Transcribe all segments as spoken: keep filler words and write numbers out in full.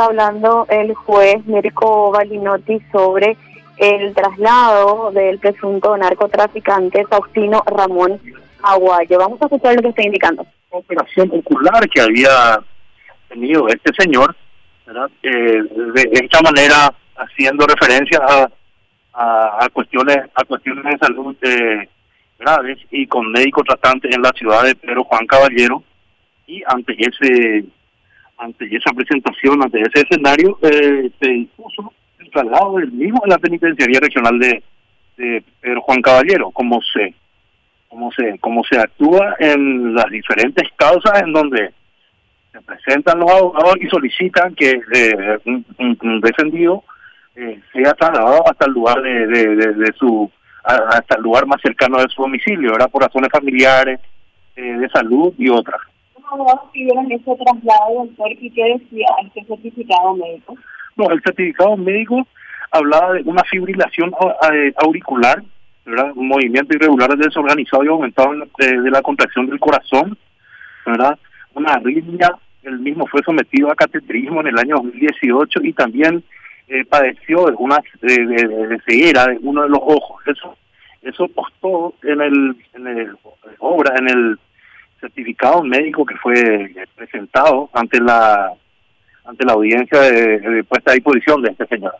está hablando el juez Mirko Balinotti sobre el traslado del presunto narcotraficante Faustino Ramón Aguayo. Vamos a escuchar lo que está indicando. La operación ocular que había tenido este señor, ¿verdad? Eh, de esta manera haciendo referencia a, a, a cuestiones a cuestiones de salud eh, graves y con médico tratante en la ciudad de Pedro Juan Caballero, y ante ese ante esa presentación, ante ese escenario, eh, se impuso el traslado del mismo a la penitenciaría regional de, de Pedro Juan Caballero, como se como se como se actúa en las diferentes causas en donde se presentan los abogados y solicitan que eh, un, un, un defendido eh, sea trasladado hasta el lugar de, de, de, de su a, hasta el lugar más cercano de su domicilio, ¿verdad? Por razones familiares, eh, de salud y otras. ¿Los abogados pidieron ese traslado, doctor, y qué decía este certificado médico? No, el certificado médico hablaba de una fibrilación auricular, ¿verdad? Un movimiento irregular desorganizado y aumentado de, de la contracción del corazón, ¿verdad? Una arritmia. Él mismo fue sometido a cateterismo en el año dos mil dieciocho y también eh, padeció de una de, de, de ceguera de uno de los ojos. Eso eso costó en el en el obra en el certificado médico que fue presentado ante la ante la audiencia de, de puesta a disposición de este señor.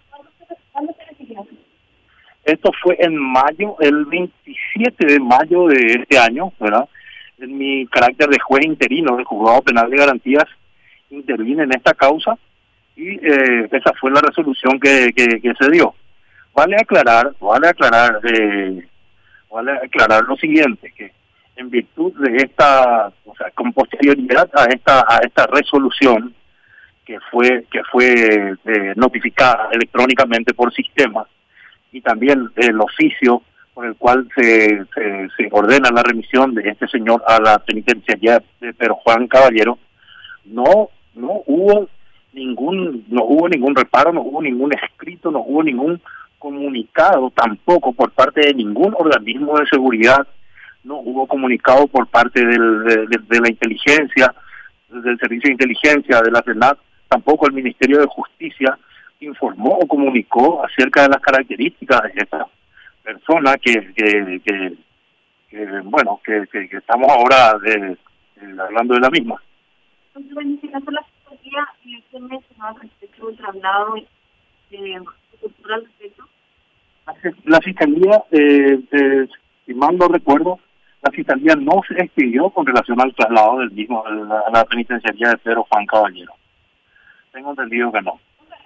Esto fue en mayo, el veintisiete de mayo de este año, ¿verdad? En mi carácter de juez interino del Juzgado Penal de Garantías, intervine en esta causa y eh, esa fue la resolución que, que, que se dio. Vale aclarar, vale aclarar, eh, vale aclarar lo siguiente, que en virtud de esta, o sea, con posterioridad a esta a esta resolución que fue que fue eh, notificada electrónicamente por sistema, y también el oficio por el cual se, se, se ordena la remisión de este señor a la penitenciaría de Pedro Juan Caballero, no no hubo ningún no hubo ningún reparo, no hubo ningún escrito, no hubo ningún comunicado tampoco por parte de ningún organismo de seguridad, no hubo comunicado por parte del, de, de, de la inteligencia, del servicio de inteligencia de la Senat, tampoco el Ministerio de Justicia informó o comunicó acerca de las características de esta persona que, que, que, que bueno, que, que, que estamos ahora de, de, hablando de la misma. Entonces, en caso de la fiscalía, ¿qué mencionaba respecto del traslado de cultura al respecto? La fiscalía, eh, eh, si mal no recuerdo, la fiscalía no se expidió con relación al traslado del mismo a la, a la penitenciaría de Pedro Juan Caballero. Tengo entendido que no.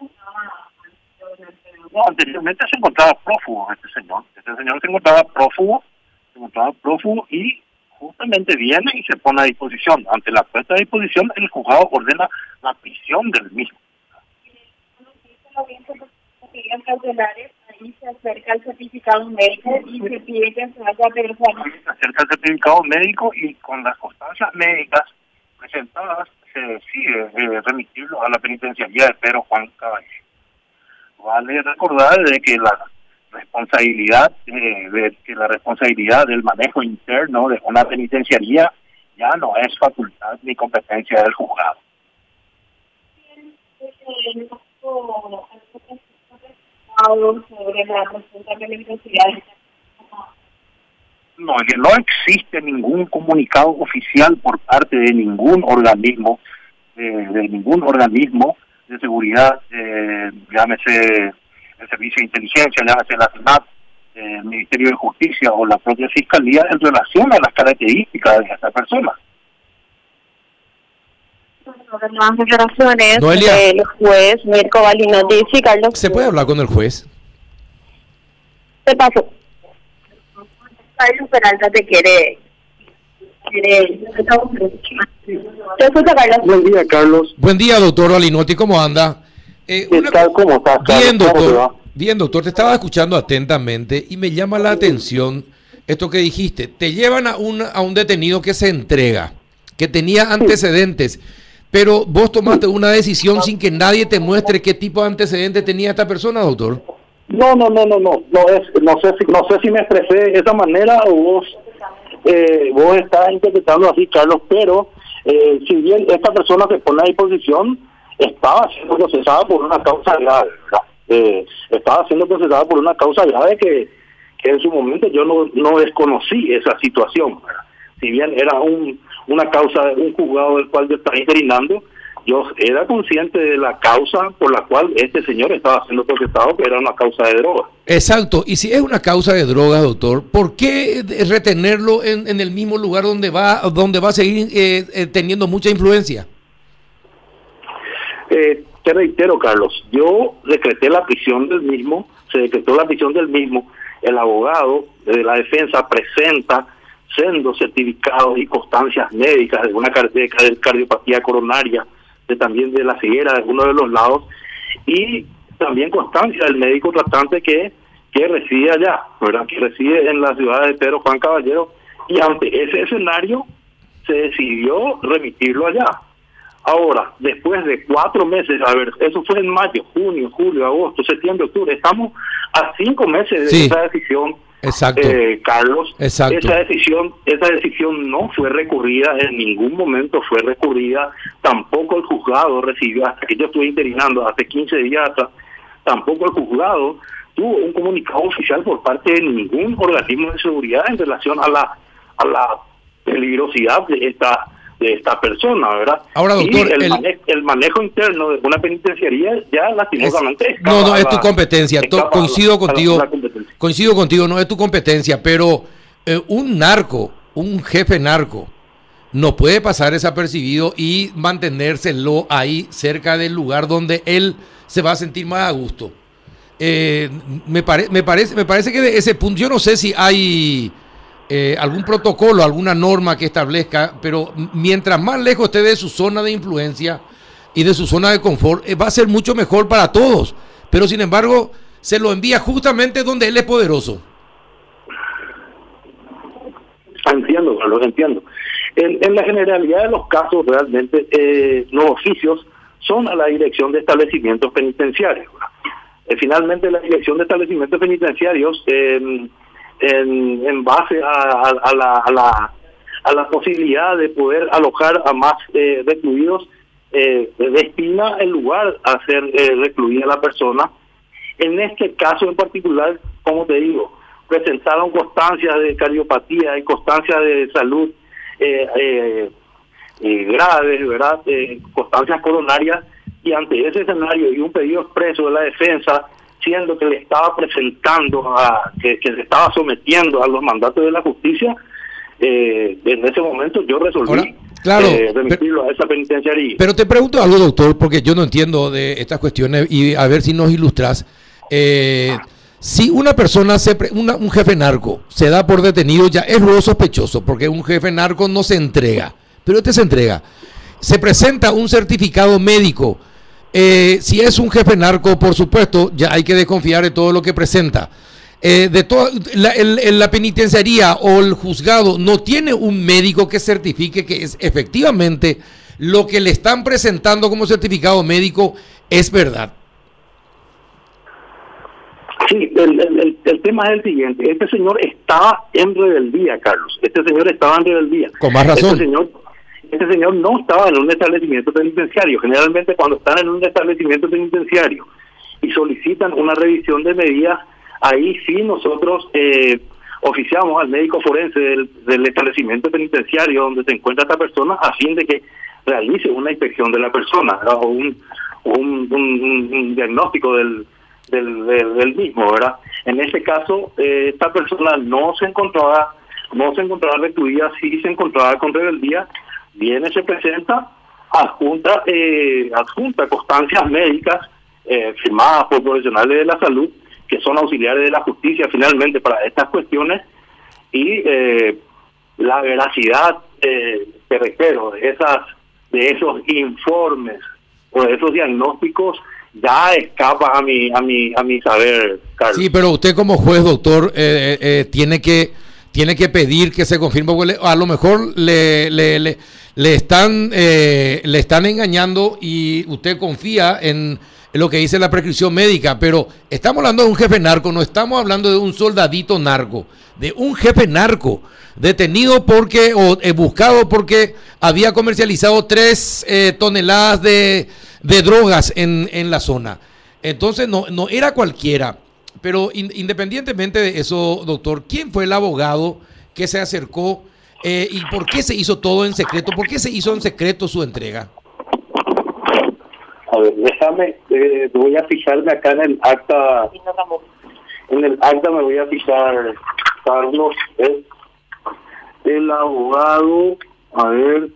No, anteriormente se encontraba prófugo este señor. Este señor se encontraba prófugo, se encontraba prófugo y justamente viene y se pone a disposición. Ante la puesta a disposición, el juzgado ordena la prisión del mismo. Medidas cautelares, ahí se acerca el certificado médico y se pide que se vaya a Pedro Juan. Se acerca el certificado médico y con las constancias médicas presentadas se sigue eh, remitirlo a la penitenciaría de Pedro Juan Caballero. Vale recordar de que la responsabilidad eh, de que la responsabilidad del manejo interno de una penitenciaría ya no es facultad ni competencia del juzgado. Sobre la presunta peligrosidad. No, que no existe ningún comunicado oficial por parte de ningún organismo, eh, de ningún organismo de seguridad, eh, llámese el Servicio de Inteligencia, llámese la Senat, eh, el Ministerio de Justicia o la propia Fiscalía en relación a las características de esta persona. Las declaraciones Noelia, del juez Mirko Balinotti. Sí, Carlos. ¿Se puede hablar con el juez? Te paso. Carlos Peralta te quiere... quiere... Te escucho, Carlos. Buen día, Carlos. Buen día, doctor Balinotti, ¿cómo anda? Eh, ¿Qué una... tal? ¿Cómo estás, Carlos? Bien, ¿Cómo te doctor. va? Bien, doctor, te estaba escuchando atentamente y me llama la atención esto que dijiste. Te llevan a un, a un detenido que se entrega, que tenía antecedentes, pero vos tomaste una decisión sin que nadie te muestre qué tipo de antecedentes tenía esta persona, doctor. No, no, no, no, no, no es, no sé si, no sé si me expresé de esa manera o vos, eh, vos estás interpretando así, Carlos, pero eh, si bien esta persona se pone a disposición, estaba siendo procesada por una causa grave, ¿verdad? Eh, estaba siendo procesada por una causa grave que, que en su momento yo no, no desconocí esa situación, ¿verdad? Si bien era un, una causa, un juzgado del cual yo estaba interinando, yo era consciente de la causa por la cual este señor estaba siendo procesado, que era una causa de droga. Exacto, y si es una causa de drogas, doctor, ¿por qué retenerlo en, en el mismo lugar donde va, donde va a seguir eh, eh, teniendo mucha influencia? Eh, te reitero, Carlos, yo decreté la prisión del mismo, se decretó la prisión del mismo, el abogado de la defensa presenta sendos certificados y constancias médicas de una cardi- de cardiopatía coronaria, de también de la ceguera de uno de los lados, y también constancia del médico tratante que, que reside allá, ¿verdad? Que reside en la ciudad de Pedro Juan Caballero, y ante ese escenario se decidió remitirlo allá. Ahora, después de cuatro meses, a ver, eso fue en mayo, junio, julio, agosto, septiembre, octubre, estamos a cinco meses de Sí. esa decisión. Exacto. Eh, Carlos, Exacto. esa decisión, esa decisión no fue recurrida, en ningún momento fue recurrida, tampoco el juzgado recibió, hasta que yo estuve interinando hace quince días atrás, tampoco el juzgado tuvo un comunicado oficial por parte de ningún organismo de seguridad en relación a la a la peligrosidad de esta de esta persona, ¿verdad? Ahora, doctor, y el, el- mane- el manejo interno de una penitenciaría ya lastimosamente Es- no, no, es tu competencia, to- escapa a la- coincido a la- contigo, a la competencia. coincido contigo, no es tu competencia, pero eh, un narco, un jefe narco, no puede pasar desapercibido y mantenérselo ahí cerca del lugar donde él se va a sentir más a gusto. Eh, me, pare- me, parece, me parece que de ese punto, yo no sé si hay eh, algún protocolo, alguna norma que establezca, pero mientras más lejos esté de su zona de influencia y de su zona de confort, eh, va a ser mucho mejor para todos. Pero sin embargo, se lo envía justamente donde él es poderoso. Entiendo, Carlos, entiendo. En, en la generalidad de los casos, realmente, eh, los oficios son a la dirección de establecimientos penitenciarios. Eh, finalmente, la dirección de establecimientos penitenciarios, eh, en, en base a, a, a, la, a, la, a la posibilidad de poder alojar a más eh, recluidos, eh, destina el lugar a ser eh, recluida la persona. En este caso en particular, como te digo, presentaron constancias de cardiopatía y constancias de salud eh, eh, eh, graves, ¿verdad? Eh, constancias coronarias, y ante ese escenario y un pedido expreso de la defensa, siendo que le estaba presentando, a que, que se estaba sometiendo a los mandatos de la justicia, eh, en ese momento yo resolví Ahora, claro, eh, remitirlo pero, a esa penitenciaría. Pero te pregunto algo, doctor, porque yo no entiendo de estas cuestiones y a ver si nos ilustras. Eh, si una persona, se pre, una, un jefe narco, se da por detenido, ya es luego sospechoso, porque un jefe narco no se entrega, pero este se entrega. Se presenta un certificado médico. Eh, si es un jefe narco, por supuesto, ya hay que desconfiar de todo lo que presenta. Eh, de toda, la, el, el, la penitenciaría o el juzgado no tiene un médico que certifique que es efectivamente lo que le están presentando como certificado médico es verdad. Sí, el, el, el tema es el siguiente. Este señor estaba en rebeldía, Carlos. Este señor estaba en rebeldía. Con más razón. Este señor, este señor no estaba en un establecimiento penitenciario. Generalmente cuando están en un establecimiento penitenciario y solicitan una revisión de medidas, ahí sí nosotros eh, oficiamos al médico forense del, del establecimiento penitenciario donde se encuentra esta persona a fin de que realice una inspección de la persona, ¿verdad? o un, un, un, un diagnóstico del Del, del, del mismo, ¿verdad? En este caso, eh, esta persona no se encontraba, no se encontraba recluida, sí se encontraba con rebeldía, viene, se presenta, adjunta, eh, adjunta constancias médicas eh, firmadas por profesionales de la salud, que son auxiliares de la justicia finalmente para estas cuestiones, y eh, la veracidad, eh, te reitero, de, esas, de esos informes o de esos diagnósticos, ya escapa a mi a mi a mi saber, Carlos. Sí, pero usted como juez, doctor, eh, eh, tiene que tiene que pedir que se confirme, porque a lo mejor le le, le, le están eh, le están engañando y usted confía en lo que dice la prescripción médica, pero estamos hablando de un jefe narco, no estamos hablando de un soldadito narco, de un jefe narco detenido porque, o eh, buscado porque había comercializado tres eh, toneladas de, de drogas en, en la zona. Entonces no, no era cualquiera. Pero in, independientemente de eso, doctor, ¿quién fue el abogado que se acercó eh, y por qué se hizo todo en secreto? ¿Por qué se hizo en secreto su entrega? A ver, déjame, eh, voy a fijarme acá en el acta, en el acta me voy a fijar, Carlos, es el abogado, a ver,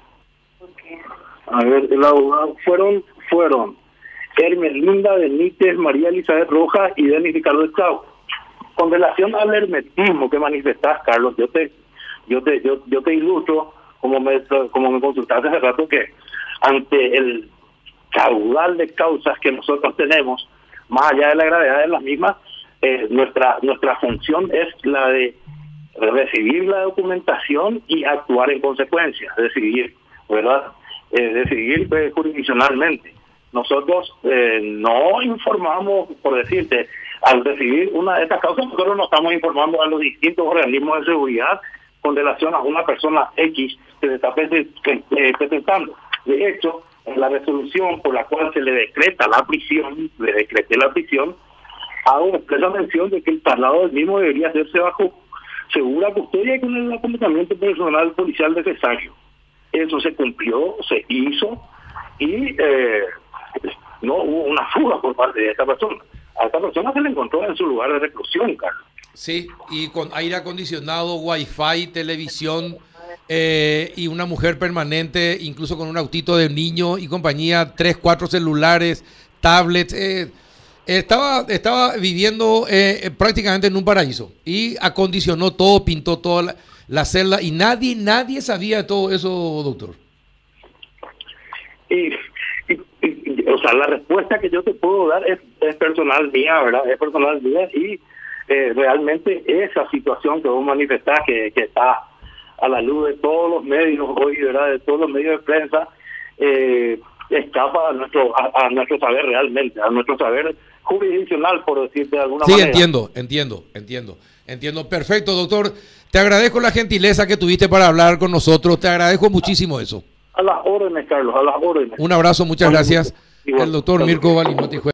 a ver, el abogado, fueron, fueron, Hermelinda Benítez, María Elizabeth Rojas y Denis Ricardo Escavo. Con relación al hermetismo que manifestás, Carlos, yo te, yo te, yo, yo te ilustro, como me, como me consultaste hace rato, que ante el caudal de causas que nosotros tenemos, más allá de la gravedad de las mismas, eh, nuestra nuestra función es la de recibir la documentación y actuar en consecuencia, decidir, ¿verdad? Eh, decidir pues, jurisdiccionalmente. Nosotros eh, no informamos, por decirte, al recibir una de estas causas, nosotros no estamos informando a los distintos organismos de seguridad con relación a una persona X que se está presentando. De hecho, en la resolución por la cual se le decreta la prisión, le decreté la prisión, hago expresa mención de que el traslado del mismo debería hacerse bajo segura custodia y con el acompañamiento personal policial necesario. Eso se cumplió, se hizo y eh, no hubo una fuga por parte de esta persona. A esta persona se le encontró en su lugar de reclusión, Carlos. Sí, y con aire acondicionado, wifi, televisión eh, y una mujer permanente, incluso con un autito de niño y compañía, tres, cuatro celulares, tablets. Eh, estaba, estaba viviendo eh, prácticamente en un paraíso y acondicionó todo, pintó toda la, la celda y nadie, nadie sabía de todo eso, doctor. Y, y, y, o sea, la respuesta que yo te puedo dar es, es personal mía, ¿verdad? Es personal mía y eh, realmente esa situación que vos manifestás, que, que está a la luz de todos los medios hoy, ¿verdad? De todos los medios de prensa, eh, escapa a nuestro a, a nuestro saber realmente, a nuestro saber jurisdiccional, por decirte de alguna sí, manera. Sí, entiendo, entiendo, entiendo, entiendo. Perfecto, doctor. Te agradezco la gentileza que tuviste para hablar con nosotros. Te agradezco muchísimo eso. A las órdenes, Carlos, a las órdenes. Un abrazo, muchas gracias. El doctor Mirko Balinotti.